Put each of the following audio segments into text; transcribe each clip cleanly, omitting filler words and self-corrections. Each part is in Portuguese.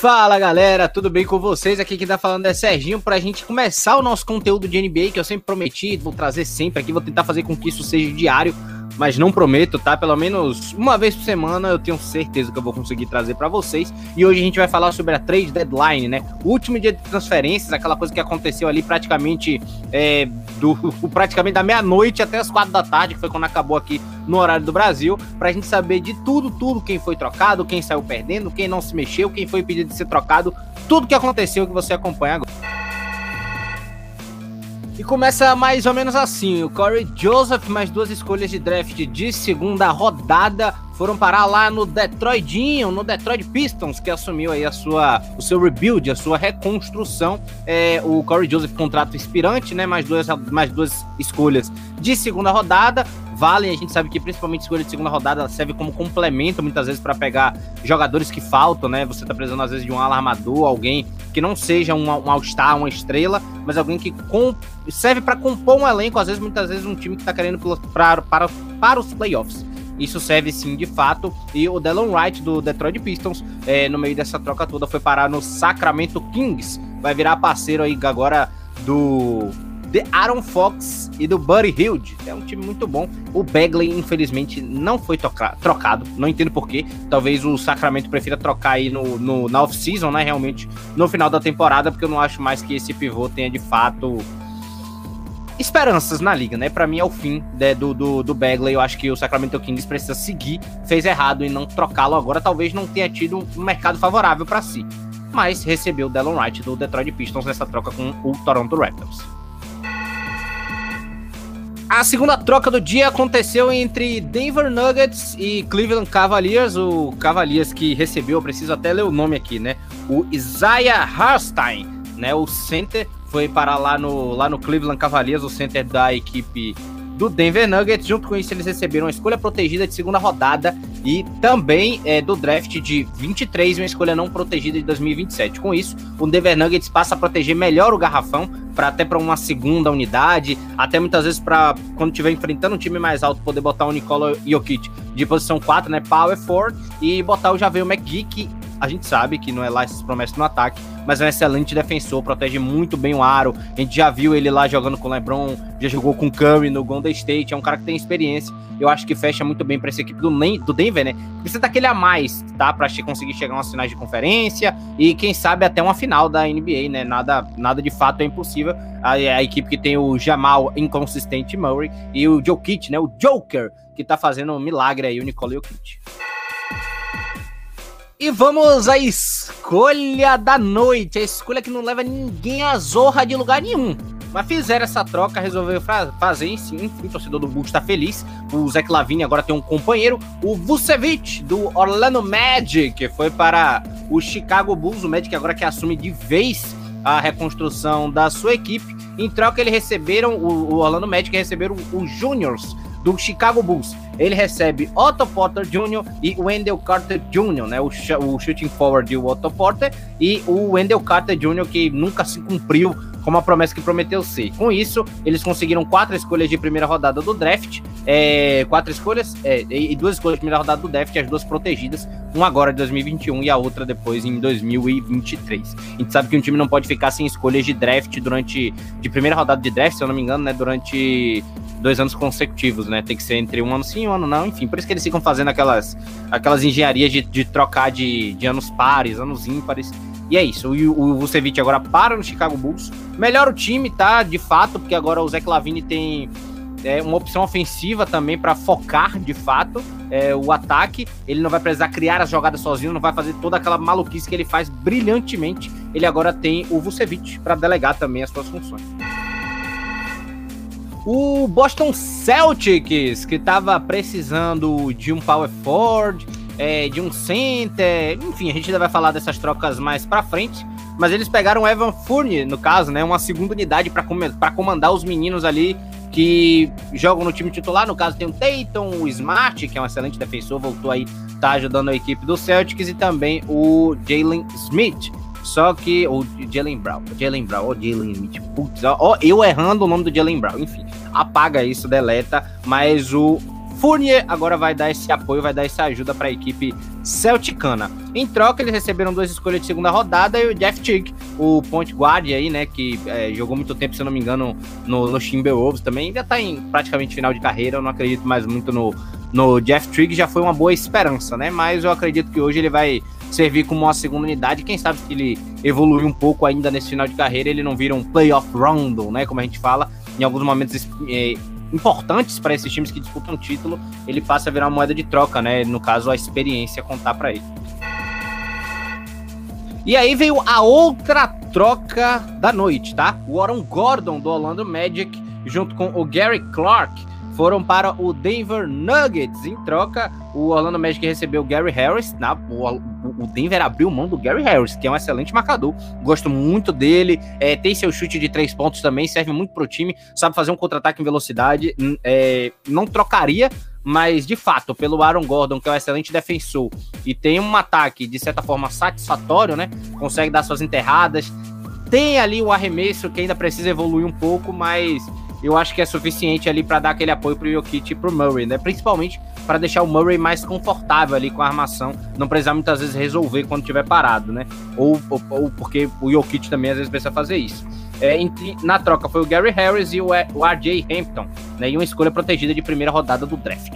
Fala galera, tudo bem com vocês? Aqui quem tá falando é Serginho, pra gente começar o nosso conteúdo de NBA, que eu sempre prometi, vou trazer sempre aqui, vou tentar fazer com que isso seja diário, mas não prometo, tá? Pelo menos uma vez por semana eu tenho certeza que eu vou conseguir trazer pra vocês. E hoje a gente vai falar sobre a trade deadline, né? O último dia de transferências, aquela coisa que aconteceu ali praticamente praticamente da meia-noite até as 4 da tarde, que foi quando acabou aqui no horário do Brasil, pra gente saber de tudo, quem foi trocado, quem saiu perdendo, quem não se mexeu, quem foi pedido de ser trocado, tudo que aconteceu que você acompanha agora. E começa mais ou menos assim: o Corey Joseph, mais 2 escolhas de draft de segunda rodada, foram parar lá no Detroit Pistons, que assumiu aí o seu rebuild, a sua reconstrução. O Corey Joseph, contrato expirante, né? Mais duas escolhas de segunda rodada. Valem, a gente sabe que principalmente escolha de segunda rodada serve como complemento muitas vezes para pegar jogadores que faltam, né? Você tá precisando às vezes de um ala armador, alguém que não seja um all-star, uma estrela, mas alguém que serve para compor um elenco, às vezes, muitas vezes um time que tá querendo para os playoffs. Isso serve sim, de fato. E o Delon Wright do Detroit Pistons, no meio dessa troca toda, foi parar no Sacramento Kings. Vai virar parceiro aí agora do Aaron Fox e do Buddy Hield. É um time muito bom. O Bagley, infelizmente, não foi trocado. Não entendo porquê. Talvez o Sacramento prefira trocar aí na off-season, né? Realmente, no final da temporada, porque eu não acho mais que esse pivô tenha, de fato, esperanças na liga, né? Pra mim é o fim do Bagley. Eu acho que o Sacramento Kings precisa seguir. Fez errado em não trocá-lo agora. Talvez não tenha tido um mercado favorável para si. Mas recebeu o Delon Wright do Detroit Pistons nessa troca com o Toronto Raptors. A segunda troca do dia aconteceu entre Denver Nuggets e Cleveland Cavaliers. O Cavaliers que recebeu, eu preciso até ler o nome aqui, né? O Isaiah Hartenstein, né? O center foi parar lá no Cleveland Cavaliers, o center da equipe do Denver Nuggets. Junto com isso, eles receberam uma escolha protegida de segunda rodada e também do draft de 23 e uma escolha não protegida de 2027. Com isso, o Denver Nuggets passa a proteger melhor o garrafão, até para uma segunda unidade, até muitas vezes para quando estiver enfrentando um time mais alto, poder botar o Nikola Jokic de posição 4, né, power forward, e botar o JaVale McGee, que a gente sabe que não é lá essas promessas no ataque, mas é um excelente defensor, protege muito bem o aro. A gente já viu ele lá jogando com o LeBron, já jogou com o Curry no Golden State, é um cara que tem experiência. Eu acho que fecha muito bem para essa equipe do Denver, né? Precisa daquele a mais, tá? Para conseguir chegar a umas finais de conferência e quem sabe até uma final da NBA, né? Nada de fato é impossível. A equipe que tem o Jamal inconsistente Murray e o Jokic, né? O Joker, que tá fazendo um milagre aí, o Nikola Jokic. E vamos à escolha da noite, a escolha que não leva ninguém à zorra de lugar nenhum. Mas fizeram essa troca, resolveram fazer, enfim, o torcedor do Bulls tá feliz. O Zach LaVine agora tem um companheiro, o Vucevic, do Orlando Magic, foi para o Chicago Bulls. O Magic agora que assume de vez a reconstrução da sua equipe. Em troca, eles receberam, o Orlando Magic receberam os Juniors do Chicago Bulls. Ele recebe Otto Porter Jr. e Wendell Carter Jr., né? O shooting forward e o Otto Porter, e o Wendell Carter Jr., que nunca se cumpriu como a promessa que prometeu ser. Com isso, eles conseguiram 4 escolhas de primeira rodada do draft, 4 escolhas, e 2 escolhas de primeira rodada do draft, as 2 protegidas, uma agora em 2021 e a outra depois em 2023. A gente sabe que um time não pode ficar sem escolhas de draft de primeira rodada de draft, se eu não me engano, né, durante 2 anos consecutivos, né? Tem que ser entre um ano sim e um ano não, enfim. Por isso que eles ficam fazendo aquelas engenharias de trocar de anos pares, anos ímpares. E é isso, o Vucevic agora para no Chicago Bulls. Melhora o time, tá? De fato, porque agora o Zach LaVine tem uma opção ofensiva também para focar, de fato, o ataque. Ele não vai precisar criar as jogadas sozinho, não vai fazer toda aquela maluquice que ele faz brilhantemente. Ele agora tem o Vucevic para delegar também as suas funções. O Boston Celtics, que estava precisando de um power forward, de um center, enfim, a gente ainda vai falar dessas trocas mais pra frente, mas eles pegaram o Evan Fournier, no caso, né, uma segunda unidade para comandar os meninos ali que jogam no time titular. No caso tem o Tatum, o Smart, que é um excelente defensor, voltou aí, tá ajudando a equipe do Celtics, e também o Jalen Smith. Só que o Jalen Brown, Jalen Smith, putz, eu errando o nome do Jalen Brown, enfim, apaga isso, deleta, mas o Fournier agora vai dar esse apoio, vai dar essa ajuda para a equipe celticana. Em troca, eles receberam 2 escolhas de segunda rodada e o Jeff Teague, o point guard aí, né, que jogou muito tempo, se eu não me engano, no Timberwolves também, ainda tá em praticamente final de carreira, eu não acredito mais muito no Jeff Teague, já foi uma boa esperança, né, mas eu acredito que hoje ele vai servir como uma segunda unidade, quem sabe se ele evoluir um pouco ainda nesse final de carreira, ele não vira um playoff round, né, como a gente fala, em alguns momentos importantes para esses times que disputam o título, ele passa a virar uma moeda de troca, né? No caso, a experiência contar para ele. E aí veio a outra troca da noite, tá? O Aaron Gordon do Orlando Magic, junto com o Gary Clark, foram para o Denver Nuggets. Em troca, o Orlando Magic recebeu o Gary Harris. O Denver abriu mão do Gary Harris, que é um excelente marcador. Gosto muito dele. Tem seu chute de 3 pontos também, serve muito pro time. Sabe fazer um contra-ataque em velocidade. Não trocaria, mas de fato, pelo Aaron Gordon, que é um excelente defensor, e tem um ataque, de certa forma, satisfatório, né? Consegue dar suas enterradas. Tem ali o arremesso que ainda precisa evoluir um pouco, mas eu acho que é suficiente ali para dar aquele apoio pro Jokic e pro Murray, né? Principalmente para deixar o Murray mais confortável ali com a armação, não precisar muitas vezes resolver quando estiver parado, né? Ou porque o Jokic também às vezes precisa fazer isso. Na troca foi o Gary Harris e o RJ Hampton, né? E uma escolha protegida de primeira rodada do draft.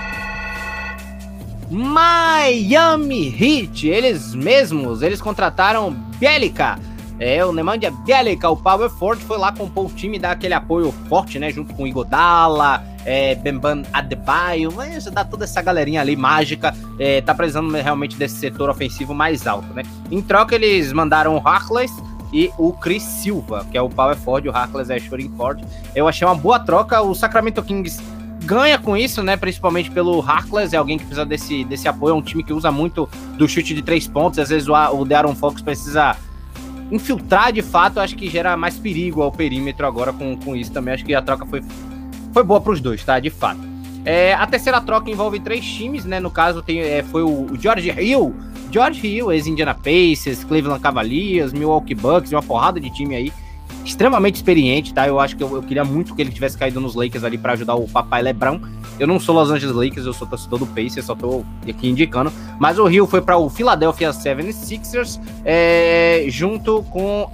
Miami Heat, eles contrataram Bjelica. O Nemanja Bjelica, o Power Forward, foi lá compor o time, dar aquele apoio forte, né, junto com o Iguodala, Bam Adebayo, mas dá toda essa galerinha ali mágica, tá precisando realmente desse setor ofensivo mais alto, né. Em troca, eles mandaram o Harkless e o Chris Silva, que é o Power Forward, o Harkless é shooting forward. Eu achei uma boa troca, o Sacramento Kings ganha com isso, né, principalmente pelo Harkless, é alguém que precisa desse apoio, é um time que usa muito do chute de 3 pontos, às vezes o De'Aaron Fox precisa infiltrar de fato, acho que gera mais perigo ao perímetro agora com isso também. Acho que a troca foi boa para os dois, tá? De fato. A terceira troca envolve 3 times, né? No caso, foi o George Hill, ex-Indiana Pacers, Cleveland Cavaliers, Milwaukee Bucks, uma porrada de time aí. Extremamente experiente, tá? Eu acho que eu queria muito que ele tivesse caído nos Lakers ali para ajudar o papai LeBron. Eu não sou Los Angeles Lakers, eu sou torcedor do Pacers, só tô aqui indicando. Mas o Hill foi para o Philadelphia 76ers, junto com...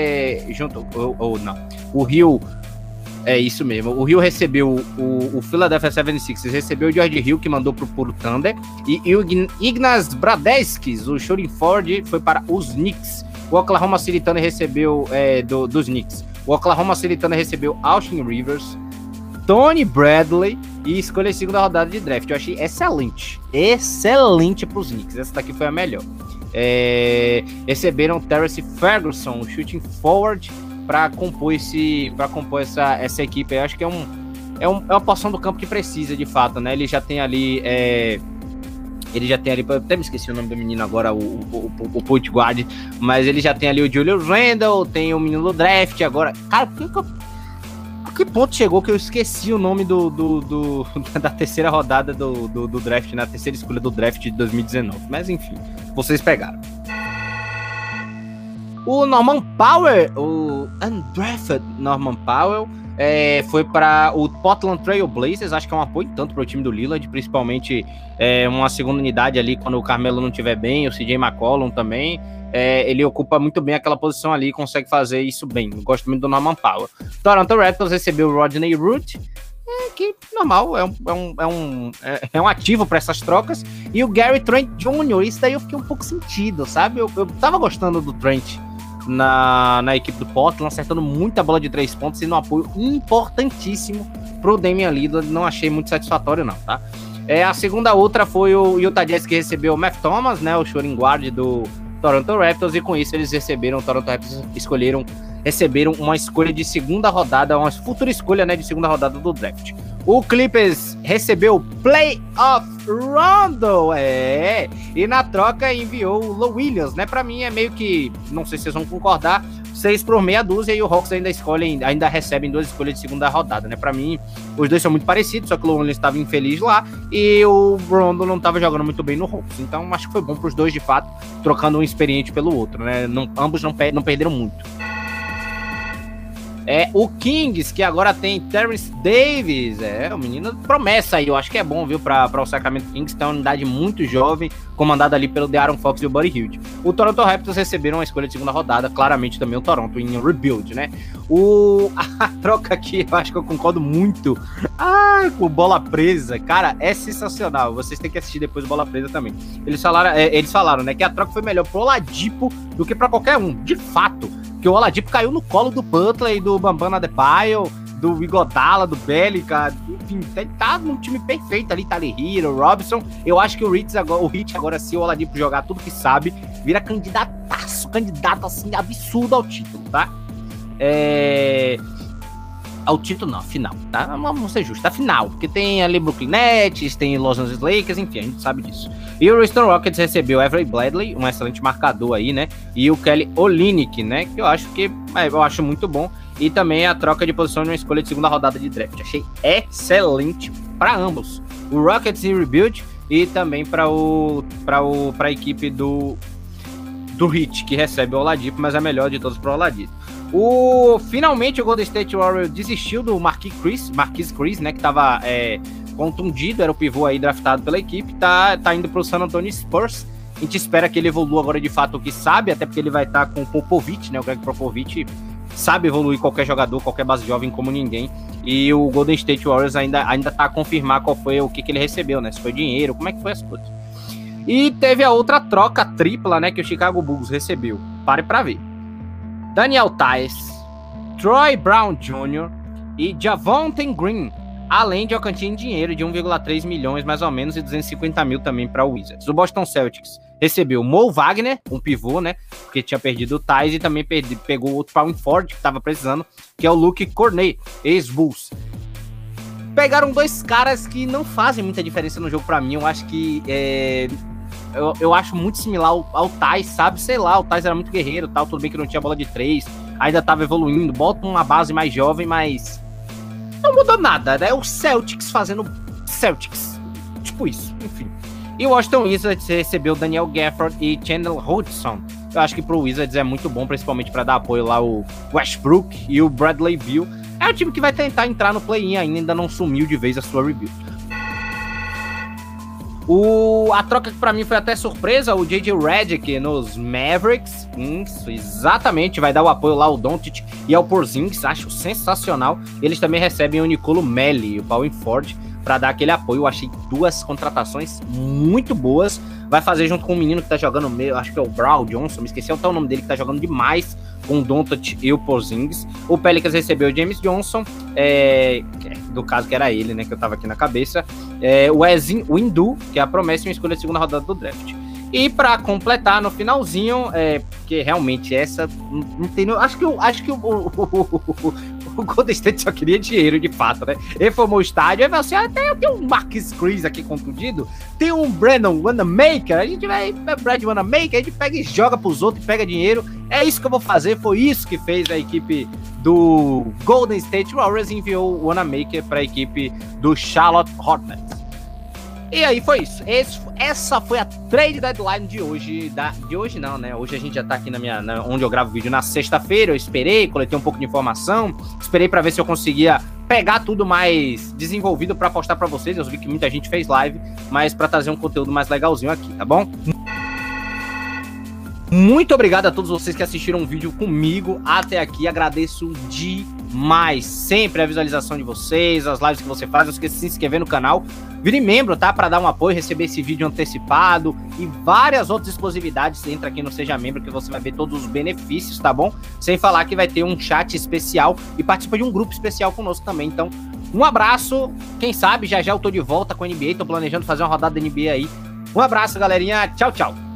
O Hill... É isso mesmo. O Hill recebeu... O Philadelphia 76ers recebeu o George Hill, que mandou pro Thunder. E o Ignaz Bradeskis, o shooting forward, foi para os Knicks. O Oklahoma City Thunder recebeu dos Knicks. O Oklahoma City Thunder recebeu Austin Rivers, Tony Bradley e escolha de segunda rodada de draft. Eu achei excelente para os Knicks. Essa daqui foi a melhor. Receberam Terrence Ferguson, shooting forward, para compor essa equipe. Eu acho que é uma porção do campo que precisa, de fato, né? Ele já tem ali, até me esqueci o nome do menino agora, o point guard, mas ele já tem ali o Julius Randle, tem o menino do draft agora. Cara, a que ponto chegou que eu esqueci o nome da terceira rodada do draft, na terceira escolha do draft de 2019, mas enfim, vocês pegaram. O Norman Powell, o undrafted Norman Powell, foi para o Portland Trail Blazers. Acho que é um apoio tanto para o time do Lillard, principalmente uma segunda unidade ali quando o Carmelo não estiver bem, o CJ McCollum também. Ele ocupa muito bem aquela posição ali e consegue fazer isso bem. Eu gosto muito do Norman Powell. Toronto Raptors recebeu o Rodney Hood, que normal, é um ativo para essas trocas. E o Gary Trent Jr., isso daí eu fiquei um pouco sentido, sabe? Eu tava gostando do Trent na equipe do Portland, acertando muita bola de 3 pontos e um apoio importantíssimo pro Damian Lillard. Não achei muito satisfatório não, tá? A segunda outra foi o Utah Jazz, que recebeu o Matt Thomas, né, o shooting guard do Toronto Raptors, e com isso eles o Toronto Raptors receberam uma escolha de segunda rodada, uma futura escolha, né, de segunda rodada do draft. O Clippers recebeu o Playoff Rondo, e na troca enviou o Lou Williams, né? Pra mim é meio que, não sei se vocês vão concordar, 6 por meia dúzia, e o Hawks ainda recebem 2 escolhas de segunda rodada, né? Pra mim, os dois são muito parecidos, só que o Lou Williams estava infeliz lá e o Rondo não estava jogando muito bem no Hawks. Então acho que foi bom pros dois, de fato, trocando um experiente pelo outro, né? Ambos não perderam muito. O Kings, que agora tem Terrence Davis, o menino promessa aí, eu acho que é bom, viu, para o Sacramento Kings, tem uma unidade muito jovem, comandada ali pelo De'Aaron Fox e o Buddy Hield. O Toronto Raptors receberam uma escolha de segunda rodada, claramente também o Toronto em rebuild, né? A troca aqui, eu acho que eu concordo muito, com Bola Presa, cara, é sensacional, vocês têm que assistir depois Bola Presa também. Eles falaram, né, que a troca foi melhor pro Oladipo do que para qualquer um, de fato. Que o Oladipo caiu no colo do Butler e do Bam Adebayo, do Iguodala, do Bellica, enfim, ele tá num time perfeito ali, Tyler Hero, Robinson. Eu acho que o Heat agora, se o Oladipo jogar tudo que sabe, vira candidato assim, absurdo ao título, tá? Ao título não, final, tá? Vamos ser justos, a final, porque tem ali Brooklyn Nets, tem Los Angeles Lakers, enfim, a gente sabe disso. E o Houston Rockets recebeu Avery Bradley, um excelente marcador aí, né? E o Kelly Olynyk, né? Que eu acho muito bom. E também a troca de posição de uma escolha de segunda rodada de draft. Achei excelente para ambos. O Rockets em rebuild e também para a equipe do Heat, que recebe o Oladipo, mas é melhor de todos para o Oladipo. Finalmente o Golden State Warriors desistiu do Marquise Chris, né, que tava contundido, era o pivô aí draftado pela equipe, tá indo pro San Antonio Spurs. A gente espera que ele evolua agora de fato o que sabe, até porque ele vai estar com o Popovich, né, o Greg Popovich sabe evoluir qualquer jogador, qualquer base jovem como ninguém, e o Golden State Warriors ainda tá a confirmar qual foi o que ele recebeu, né, se foi dinheiro, como é que foi as coisas. E teve a outra troca tripla, né, que o Chicago Bulls recebeu, pare pra ver. Daniel Theis, Troy Brown Jr. e Javonte Green, além de uma quantia em dinheiro de 1,3 milhões mais ou menos e 250 mil também para o Wizards. O Boston Celtics recebeu Mo Wagner, um pivô, né, porque tinha perdido o Theis, e também pegou outro power forward que estava precisando, que é o Luke Cornet, ex-Bulls. Pegaram dois caras que não fazem muita diferença no jogo para mim, eu acho que eu acho muito similar ao Theis, sabe? Sei lá, o Theis era muito guerreiro, tal, tudo bem que não tinha bola de 3, ainda tava evoluindo, bota uma base mais jovem, mas não mudou nada, né? O Celtics fazendo Celtics, tipo isso, enfim. E o Washington Wizards recebeu Daniel Gafford e Chandler Hudson. Eu acho que pro Wizards é muito bom, principalmente para dar apoio lá o Westbrook e o Bradley Beal. É o time que vai tentar entrar no play-in ainda não sumiu de vez a sua rebuild. A troca que pra mim foi até surpresa, o J.J. Redick nos Mavericks, isso, exatamente, vai dar o apoio lá ao Doncic e ao Porzingis, acho sensacional. Eles também recebem o Nicolo Melli, o power forward, pra dar aquele apoio. Eu achei duas contratações muito boas. Vai fazer junto com um menino que tá jogando meio, acho que é o Brown Johnson, me esqueci até o nome dele, que tá jogando demais com o Doncic e o Porzingis. O Pelicans recebeu o James Johnson, do caso que era ele, né, que eu tava aqui na cabeça, o Ezin Windu, que é a promessa e uma escolha de segunda rodada do draft. E pra completar no finalzinho, porque realmente essa não tem, acho que o Golden State só queria dinheiro de fato, né? Ele formou o estádio, aí falou assim: até eu tenho um Marquise Chris aqui contundido, tem um Brandon Wanamaker, a gente vai, Brad Wanamaker, a gente pega e joga pros outros e pega dinheiro. É isso que eu vou fazer, foi isso que fez a equipe do Golden State Warriors, enviou o Wanamaker pra equipe do Charlotte Hornets. E aí foi isso. Essa foi a trade deadline de hoje. De hoje não, né? Hoje a gente já tá aqui onde eu gravo o vídeo na sexta-feira. Eu esperei, coletei um pouco de informação. Esperei pra ver se eu conseguia pegar tudo mais desenvolvido pra postar pra vocês. Eu vi que muita gente fez live, mas pra trazer um conteúdo mais legalzinho aqui, tá bom? Muito obrigado a todos vocês que assistiram o vídeo comigo até aqui. Agradeço demais sempre a visualização de vocês, as lives que você faz. Não esqueça de se inscrever no canal. Vire membro, tá? Para dar um apoio, receber esse vídeo antecipado e várias outras exclusividades. Entra aqui no Seja Membro que você vai ver todos os benefícios, tá bom? Sem falar que vai ter um chat especial e participa de um grupo especial conosco também. Então, um abraço. Quem sabe já eu tô de volta com a NBA. Tô planejando fazer uma rodada da NBA aí. Um abraço, galerinha. Tchau, tchau.